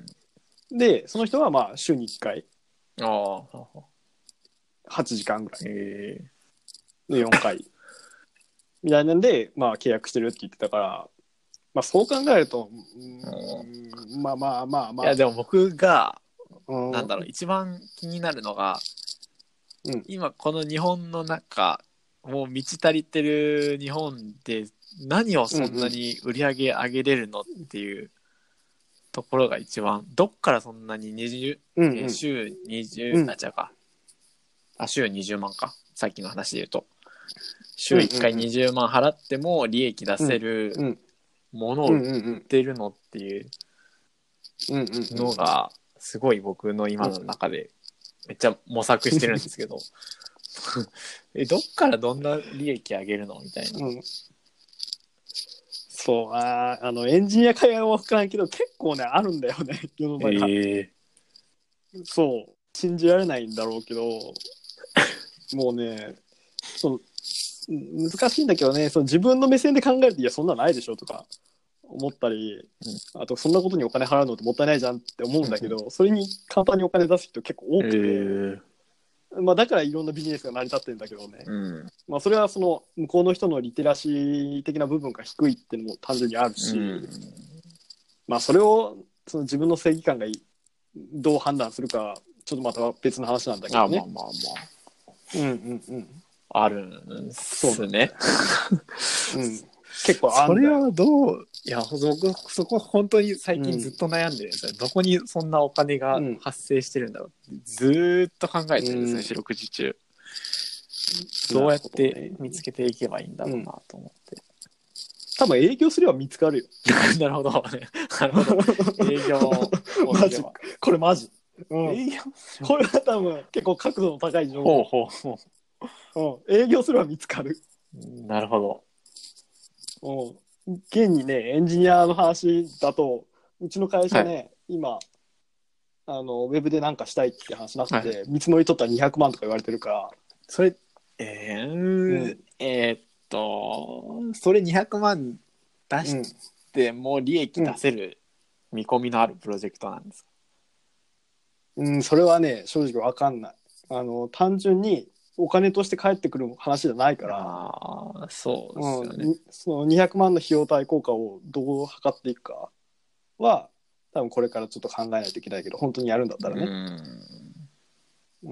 でその人はまあ週にいっかいあはちじかんぐらいのよんかいみたいなんで、まあ、契約してるって言ってたから、まあ、そう考えると、うん、まあまあまあまあ。 いやでも僕が、うん、なんだろう一番気になるのが、うん、今この日本の中もう満ち足りてる日本で何をそんなに売り上げ上げれるのっていうところが一番どっからそんなににじゅう、うんうん、週にじゅう、うん、あ違うかあ週にじゅうまんかさっきの話で言うと週いっかいにじゅうまん払っても利益出せるものを売ってるのっていうのがすごい僕の今の中でめっちゃ模索してるんですけどえどっからどんな利益上げるのみたいな、うん、 そうああのエンジニア会話は分からんけど結構ねあるんだよね世の中、えー、そう信じられないんだろうけどもうねその難しいんだけどねその自分の目線で考えるといやそんなのないでしょとか思ったり、うん、あとそんなことにお金払うのってもったいないじゃんって思うんだけど、うん、それに簡単にお金出す人結構多くて、えーまあ、だからいろんなビジネスが成り立ってるんだけどね、うんまあ、それはその向こうの人のリテラシー的な部分が低いっていうのも単純にあるし、うんまあ、それをその自分の正義感がどう判断するかちょっとまた別の話なんだけどね。 あまあまあまあうんうんうんあるんすね。 うん、 結構あんだよ。 それはどう、いや僕そこ本当に最近ずっと悩んでるんですよ、うん、どこにそんなお金が発生してるんだろうってずーっと考えてるんですね、うん、四六時中。どうやって見つけていけばいいんだろうなと思って、うん、 多分営業すれば見つかるよ。 なるほどなるほど営業をマジこれマジ、うん、 営業これは多分結構角度の高い情報。ほうほうほう、うん、営業すれば見つかる。 なるほど。 うん、現にねエンジニアの話だとうちの会社ね、はい、今あのウェブでなんかしたいって話になって、はい、見積もり取ったらにひゃくまんとか言われてるから、 それえー、うん、えー、っとそれにひゃくまん出しても利益出せる見込みのあるプロジェクトなんですか？ うん、うん、それはね正直わかんない。あの単純にお金として返ってくる話じゃないから。 ああ、そうですよね、 うん、そのにひゃくまんの費用対効果をどう測っていくかは多分これからちょっと考えないといけないけど、本当にやるんだったらね。うん、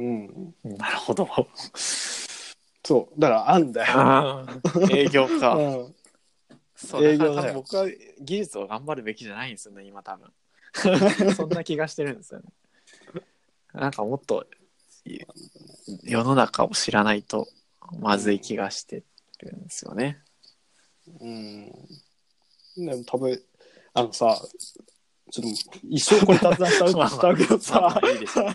うん、なるほど。 そうだからあんだよ。 営業か。うん、そう営業だから多分僕は技術を頑張るべきじゃないんですよね今多分。そんな気がしてるんですよね。なんかもっと世の中を知らないとまずい気がしてるんですよね。 うん。でも多分あのさ、ちょっと一生これ雑談しちゃうとしたうけどさ、まあまあいいです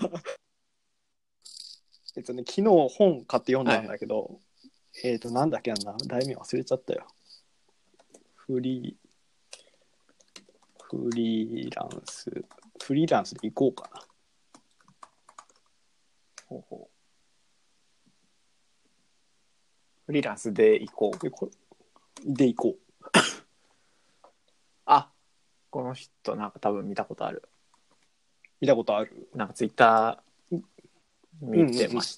えっとね昨日本買って読んだんだけど、はい、えっとなんだっけな、題名忘れちゃったよ。フリーフリーランスフリーランスで行こうかな。 ほうほう。フリーランスで行こう。 で、これで行こう。 あ、この人なんか多分見たことある。 見たことある。 なんかツイッター見てました。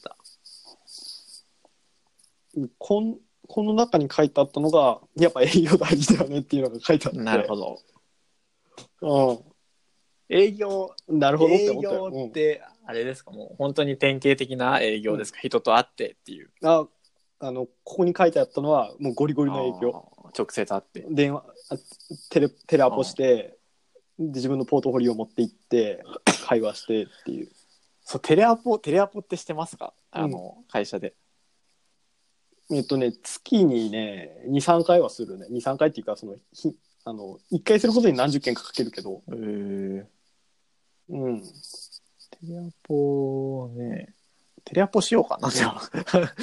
うんうんうん、こんこの中に書いてあったのがやっぱ営業大事だよねっていうのが書いてあって。 なるほど。 うん。営業なるほどって思ったよ。 営業ってあれですか、もう本当に典型的な営業ですか、うん、人と会ってっていう。 あ、あのここに書いてあったのはもうゴリゴリの営業。 直接会って電話テレテレアポしてで自分のポートフォリオを持って行って会話してっていう。 そうテレアポテレアポってしてますか？あの、うん、会社で。 えっとね月にね にさんかいはするね。にさんかいっていうかそのひあのいっかいすることに何十件かかけるけど。 へー。 うん。 テレアポね。テレアポしようかなじゃあ。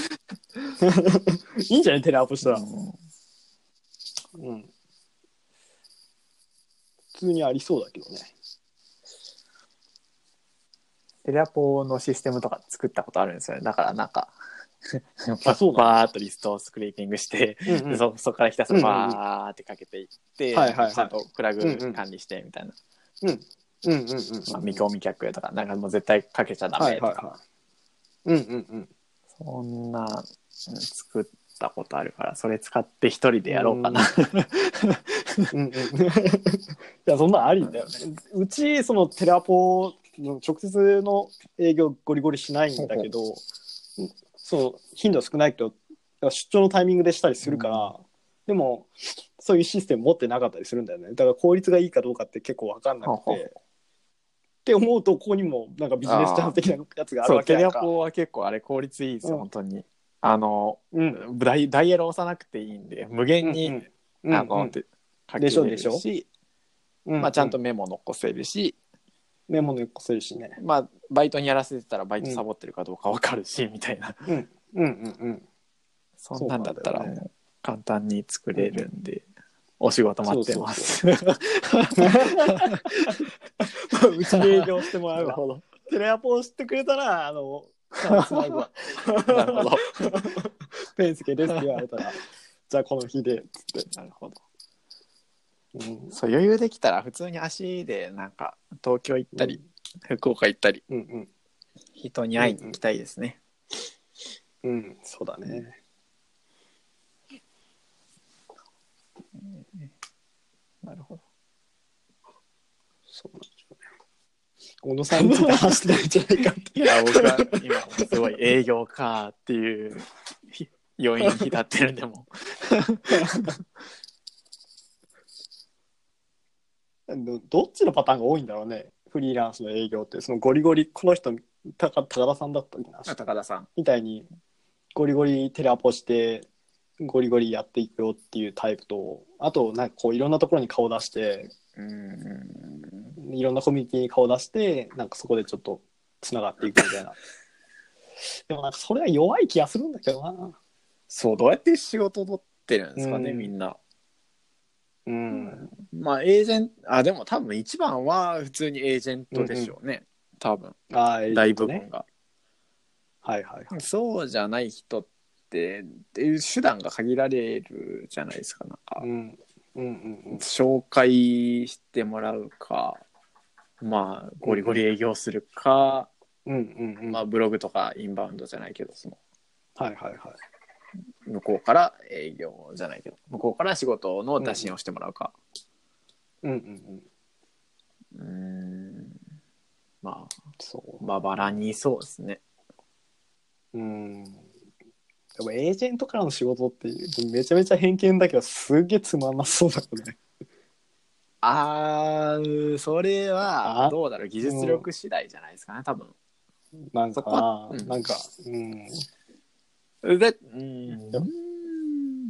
いいんじゃないテレアポしたら。うん。うん、普通にありそうだけどね。 テレアポのシステムとか作ったことあるんですよね。だからなんかあそうバーっとリストをスクレーピングして、うんうん、そ, そこからひたすらバーってかけていって、うんうんうん、ちゃんとプラグ管理してみたいな。 うんうんうんうんうん、 まあ、未興未客とかなんかもう絶対かけちゃダメとか、はいはいはい、 うんうんうん、 そんな、うん、作ったことあるからそれ使って一人でやろうかな。 うんうん、いやそんなありだよね。うちそのテレアポの直接の営業ゴリゴリしないんだけど、そう頻度は少ないけど出張のタイミングでしたりするから、うん、でもそういうシステム持ってなかったりするんだよね。だから効率がいいかどうかって結構分かんなくてって思うとここにもなんかビジネスチャンス的なやつがあるわけやんか。 そうテレアポは結構あれ効率いいですよ、うん、本当にあの、うん、ダイ、ダイヤル押さなくていいんで無限に、うんうん、あの、うんうん、かけれるし、うんうん、まあ、ちゃんとメモ残せるし、 メモ残せるしね、 まあ、バイトにやらせてたらバイトサボってるかどうか分かるし、うん、みたいな、 うんうんうんうん、 そんなんだったらもう簡単に作れるんで、うん、お仕事待ってます。うちに営業してもらうわ。テレアポを知ってくれたらあのつなぐわ。なるほど。ペンスケですって言われたらじゃあこの日でつって。 なるほど。うん、そう余裕できたら普通に足でなんか東京行ったり、うん、福岡行ったり、うんうん、人に会いに行きたいですね。 うん、うん、そうだね。 なるほど。 そうなんですよね。小野さんについて話してないんじゃないかって。 いや僕は今すごい営業かっていう要因に浸ってるんでもどどっちのパターンが多いんだろうね。フリーランスの営業ってそのゴリゴリこの人高高田さんだったっけなあ高田さん。 みたいにゴリゴリテレアポしてゴリゴリやっていくよっていうタイプと、あとなんかこういろんなところに顔出してうんいろんなコミュニティに顔出してなんかそこでちょっとつながっていくみたいな。でもなんかそれは弱い気がするんだけどな。 そう、どうやって仕事を取ってるんですかね、 うんみんな。 うん。 まあ、エージェント、あ、でも多分一番は普通にエージェントでしょうね。多分、 ああ、 大えっとね。 部分が。 はいはいはい。 そうじゃない人ってっていう手段が限られるじゃないですか。なんかうんうんうんうん。 紹介してもらうか、まあゴリゴリ営業するか、 うんうんうん。 まあブログとかインバウンドじゃないけど、そのはいはいはい。 向こうから営業じゃないけど、向こうから仕事の打診をしてもらうか。 うんうんうん。 うーん、まあそう。 まばらにそうですね。 うん。でもエージェントからの仕事ってめちゃめちゃ偏見だけどすげえつまんなそうだよね。 あー、それはあ、 どうだろう、技術力次第じゃないですかね、多分。 なんかそこは、うん、 なんか、うん。 で、うん、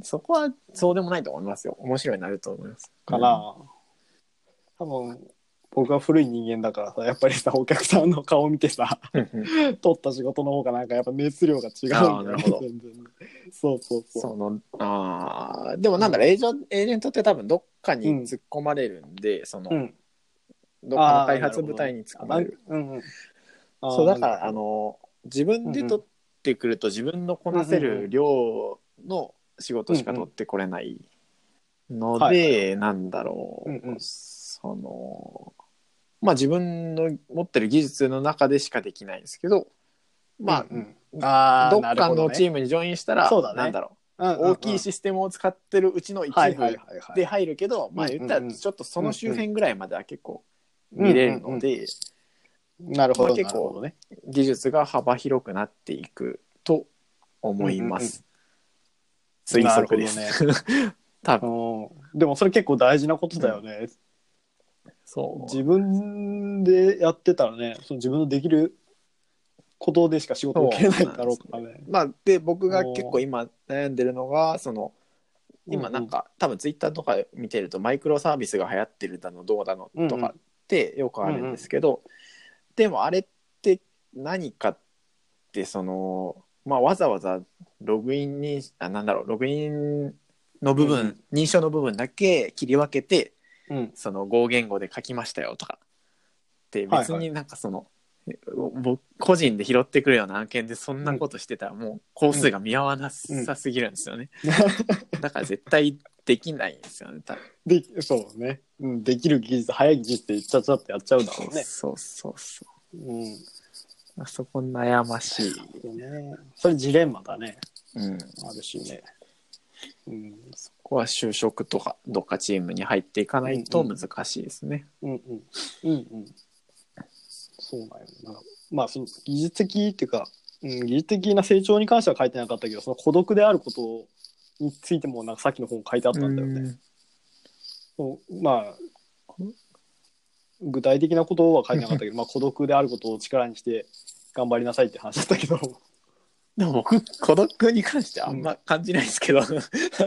そこはそうでもないと思いますよ。面白いなると思います。 かな、多分僕は古い人間だからさ、やっぱりさお客さんの顔見てさ取った仕事の方がなんかやっぱ熱量が違うんだよね。 ああ、なるほど。 全然ね。そうそうそう。 そのあでもなんだろう、うん、エージェン、エージェントって多分どっかに突っ込まれるんで、うん、その、うん、どっかの開発部隊に突っ込まれる。 うんうん、 そうだからあの自分で取ってくると自分のこなせる量の仕事しか取ってこれないので、はいはい、なんだろう、うんうん、そのまあ自分の持ってる技術の中でしかできないんですけど、まあ、うんうん、あどっかのチームにジョインしたら、ね、なんだろう、うんうんうん、大きいシステムを使ってるうちの一部で入るけど、まあ言ったらちょっとその周辺ぐらいまでは結構見れるので、うんうんうんなるほど、まあ、 結構ね技術が幅広くなっていくと思います。うんうんうん、推測です。 ね、多分でもそれ結構大事なことだよね。うん、そう自分でやってたらね、その自分のできることでしか仕事を受けないだろうからね。 まあで僕が結構今悩んでるのがその今なんか、うんうん、多分ツイッターとか見てるとマイクロサービスが流行ってるだのどうだのとかってよくあるんですけど、うんうん、でもあれって何かってそのまあわざわざログインにあなんだろうログインの部分、うんうん、認証の部分だけ切り分けて、うん、そのGo言語で書きましたよとかって別になんかその、はいはい、僕個人で拾ってくるような案件でそんなことしてたらもう工数が見合わなさすぎるんですよね、うん、だから絶対できないんですよね。 でそうね、うん、できる技術早い技術でちゃちゃっとやっちゃうだろうね。 そうそうそう、うん、 あそこ悩ましい、 ね、それジレンマだね、 うん、 あるしね、 うん、そこは就職とかどっかチームに入っていかないと難しいですね。 うんうんうんうん、うん、そうなんよな。まあその技術的っていうか、うん、技術的な成長に関しては書いてなかったけど、その孤独であることについてもなんかさっきの本書いてあったんだよね。そうまあ具体的なことは書いてなかったけどまあ孤独であることを力にして頑張りなさいって話だったけど。 でも僕孤独に関してはあんま感じないですけど、うん、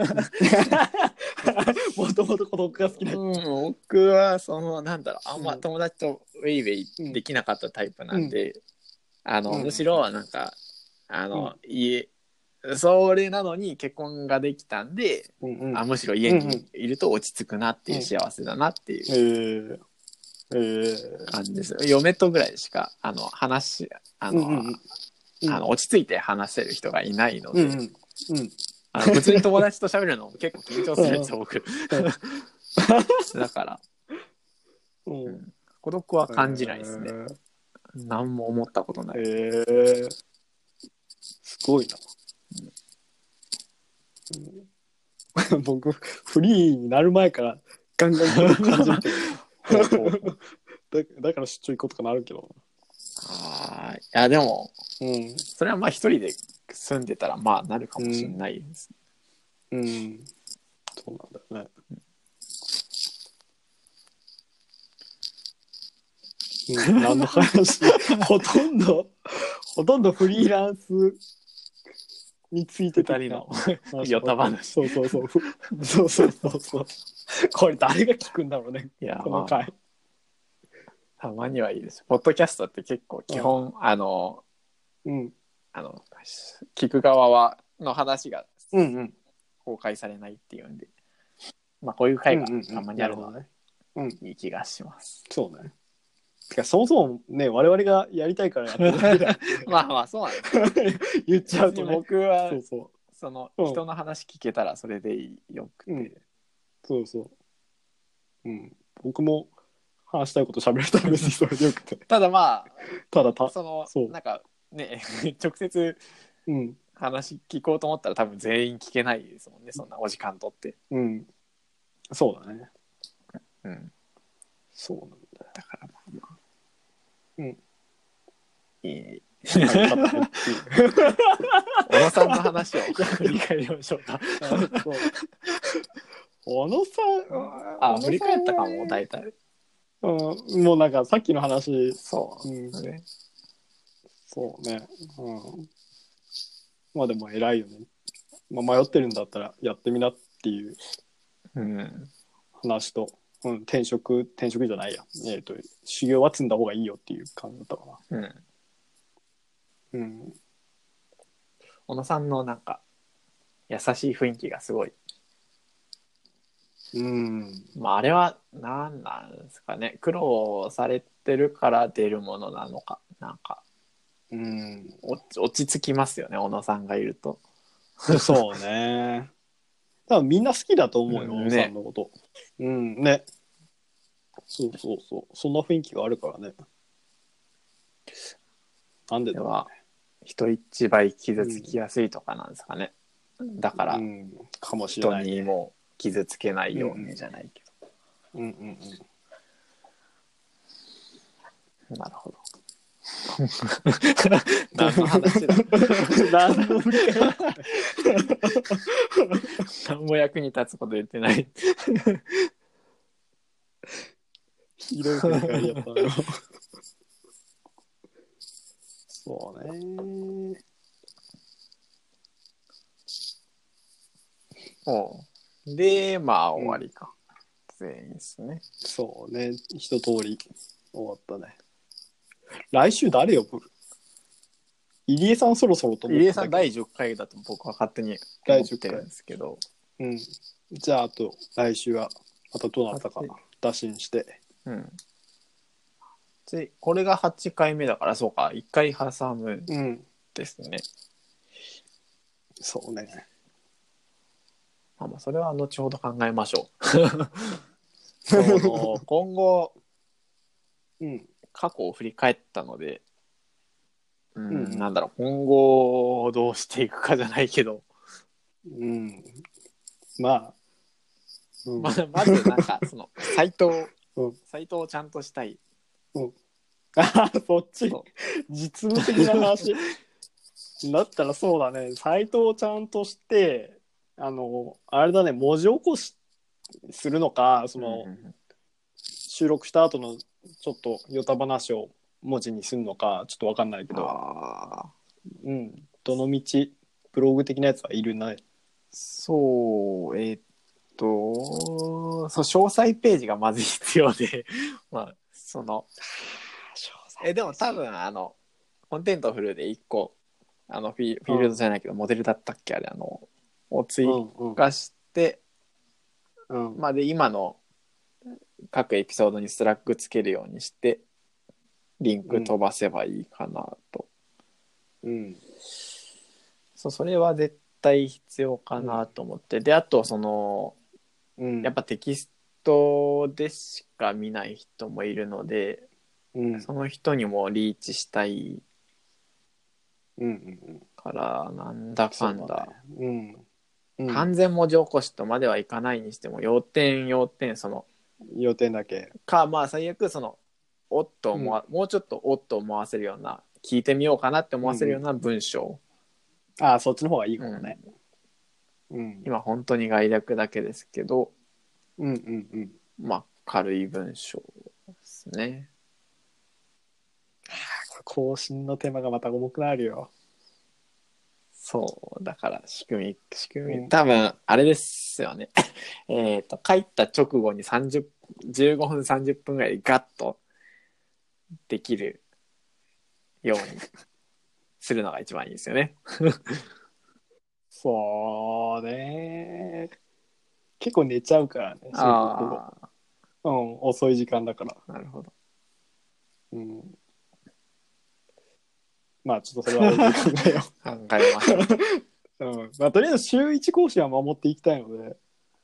もともと孤独が好きだ、 うん、僕はそのなんだろうあんま友達とウェイウェイできなかったタイプなんで、うん、あの、うん、むしろなんかあの、うん、家それなのに結婚ができたんで、うんうん、あむしろ家にいると落ち着くなっていう幸せだなっていう感じです、うんえーえー、嫁とぐらいしかあの話あの、うんうんうん、あの落ち着いて話せる人がいないので、うんうんうん、あの普通に友達と喋るのも結構緊張するんですよ僕だから、うんうん、孤独は感じないですね、えー、何も思ったことない、えー、すごいな、うん、僕フリーになる前からガンガン孤独感じるけどだ, だから出張行こうとかなるけど、 あいやでも、うん、それはまあ一人で住んでたらまあなるかもしれないです、 うん、うん、そうなんだよね、 うん、何の話ほとんどほとんどフリーランスについて二人のヨタ話。 そうそうそうそうそうそうそうこれ誰が聞くんだろうね、 いやこの回、 まあ、たまにはいいです。ポッドキャストって結構基本、あのうんあの聞く側はの話がうんうん公開されないっていうんで、まあこういう回がたまにあるのはね、うん、 いい気がします。 そうね。てかそもそもね我々がやりたいからやってるだけだまあまあそうなんです。 言っちゃうと、ね、 僕はそうそそのう、うん、 人の話聞けたらそれでよくて、 うん、そうそう、うん、僕も話したいこと喋れたら別にそれでよくてただまただたあそのそうなんかね直接うん話聞こうと思ったら多分全員聞けないですもんね、そんなお時間とって。 うんそうだね、 うん、 そうなんだよ、 だからまあまあうんいいまあよかったねっていう小野さんの話を振り返りましょうか。 そう小野さんあ、振り返ったかも大体。 うん、もうなんかさっきの話そう、 うん、 ね、 そうね、うん、まあでも偉いよね、まあ、迷ってるんだったらやってみなっていううん、 話と、うん、転職転職じゃないや、えーと修行は積んだ方がいいよっていう感じだったかな。 うん。 うん、 小野さんのなんか優しい雰囲気がすごい。 うん、 まああれは何なんですかね。苦労されてるから出るものなのか、なんかうん、 落ち着きますよね、小野さんがいると。 そうね。多分みんな好きだと思うよ、 うん小野さんのこと。うんね。そうそうそう。そんな雰囲気があるからね。なんでだろでは人一倍傷つきやすいとかなんですかね。だかう。うらん、かもしれ人ないね。 にも傷つけないようにじゃないけうんうんど。なるほど。何の話だ。 うん。何の振り返り何も役に立つこと言ってない。 ひどい振り返りやったのよ。そうね。 おうでまあうん終わりか、全員ですね。 そうね。一通り終わったね。来週誰呼ぶ？入江さんそろそろと思っ入江てたけど。 さんだいじゅっかいだと僕は勝手に思ってるんですけど、 うん。じゃああと来週はまたどうなったか打診して。 うんでこれがはちかいめだからそうかいっかい挟むうん。 ですね。 そうね。 まあまあそれは後ほど考えましょう。その今後うん。 過去を振り返ったので、うんうんうんなんだろう今後どうしていくかじゃないけど、 うん。まあ。うん、 ままずなんかそのサイトを、 うん、 サイトをちゃんとしたい。 うん。あ、そっち。 そ実務的な話。だったらそうだね。サイトをちゃんとして、あの、あれだね、文字起こしするのか、その、 うんうんうん収録した後のちょっとヨタ話を文字にするのか、ちょっとわかんないけど、 あうん。どのみち、ブログ的なやつはいるね。 そうえーっとそう詳細ページがまず必要でまあそのえでも多分あのコンテントフルでいっこあのフィフィールドじゃないけど、うん、モデルだったっけあれあのを追加して、 うんうん、 まあで今の各エピソードにスラックつけるようにしてリンク飛ばせばいいかなと、 うん、 そうそれは絶対必要かなと思って、うん、であとその、うん、やっぱテキストでしか見ない人もいるので、うん、その人にもリーチしたいからなんだかんだ、うんうんうん、完全文字起こしとまではいかないにしても要点要点その要点だけかまあ最悪そのおっと思わ、うん、もうちょっとおっと思わせるような聞いてみようかなって思わせるような文章、 うん、ああそっちの方がいいかもね、 うんうん、今本当に概略だけですけど、 うんうんうん、 まあ軽い文章ですね。 更新の手間がまた重くなるよ。 そうだから仕組み仕組み、 うん多分あれですよね。えっと帰った直後にさんじゅう、じゅうごふんさんじゅっぷんぐらいでガッとできるようにするのが一番いいですよね。 そうね。結構寝ちゃうからね、収録後。 あうん、遅い時間だから。 あ、なるほど。 うん。まあちょっとそれは置いて考えよ考えましょう。 う。うん。まあとりあえず週いち更新は守っていきたいので。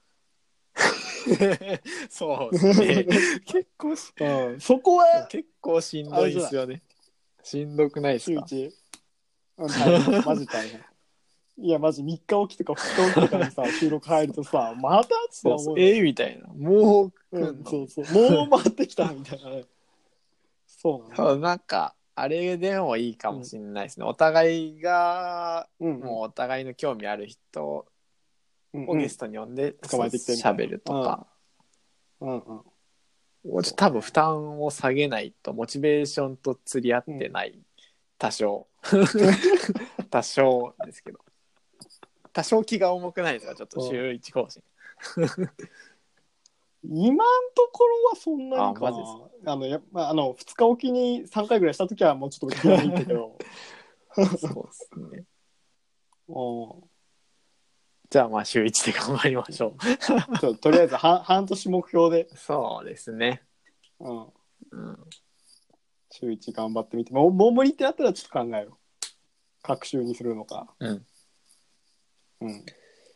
そうですね。結構し、 うん。そこは、 結構しんどいですよね。しんどくないです週か？ いち。うん、大変。マジ大変。いや、マジみっか起きとかふつか起きとかにさ、収録入るとさ、またってそうそう。 思うよ。 えー、みたいな。もう来うんん、 の、 そうそう。もう回ってきたみたいなね。そうなんだ。 そうなんかあれでもいいかもしれないですね。お互いがうんもうお互いの興味ある人うん。 をゲストに呼んで捕まえてきてみたいな喋るとか、 うんうん。 もうちょっと多分負担を下げないとモチベーションと釣り合ってない、多少多少ですけど、多少気が重くないですか？ちょっと週いち更新。 今んところはそんなにかな。 あマジですあのやまあ、あのふつかおきにさんかいぐらいしたときはもうちょっと気が抜いたけど。 そうですね。 うん。 じゃあまあ週いちで頑張りましょちょとりあえず半半年目標で、 う。そうですね。 うん、 うん、 週いち頑張ってみて、もうもう無理ってなったらちょっと考えよう。各週にするのか。 うん。 うん。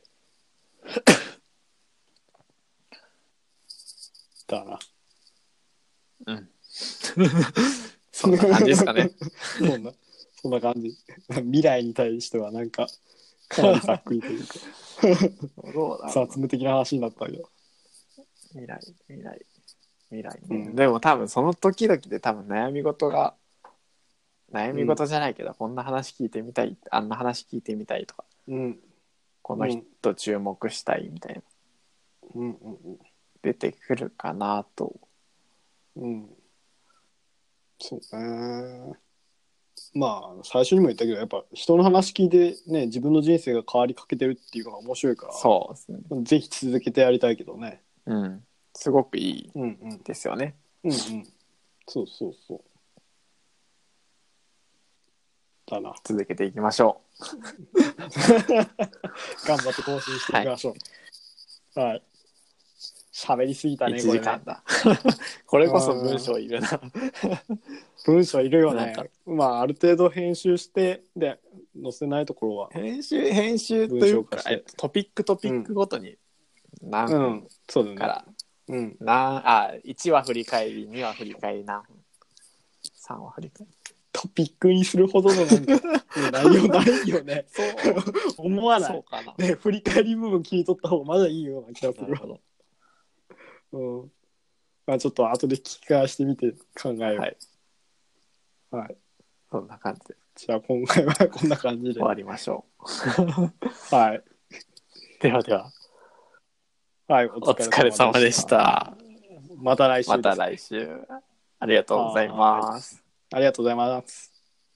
だな。 うん。そんな感じですかね。 そんな、そんな感じ。未来に対してはなんか、かなりざっくりというか、 どうだろう雑務的な話になったけど。 未来未来未来ね、 うん、 でも多分その時々で多分悩み事が悩み事じゃないけど、うん、こんな話聞いてみたい、あんな話聞いてみたいとか、 うん、 この人注目したいみたいな、 うんうんうん、 出てくるかなと。 うん、そうね。まあ最初にも言ったけど、やっぱ人の話聞いてね、自分の人生が変わりかけてるっていうのが面白いから、 そうですね。 ぜひ続けてやりたいけどね。 うん、すごくいいうんうんですよね。 うんうん。そうそうそう。だな。 続けていきましょう。 頑張って更新していきましょう。はい。喋、はい、りすぎたね。 いちじかんだ。これ,、ね、これこそ文章いるな。 文章いるよね。まあある程度編集してで載せないところは編集編集というかトピックトピックごとに何分、うん、 そうだね。 からうん、 何あいちわ振り返りにわ振り返り何分さんわ振り返りトピックにするほどのなんか内容ないよね。そう思わない。 そうかな、 ね、振り返り部分切り取った方がまだいいような気がする。なるほど。うん。まあちょっと後で聞き返してみて考えよう。はい。はい。 そんな感じで。 じゃあ今回はこんな感じで終わりましょう。はい。 ではでは。 はい。 お疲れ様でした。 また来週。 また来週。ありがとうございます。 ありがとうございます。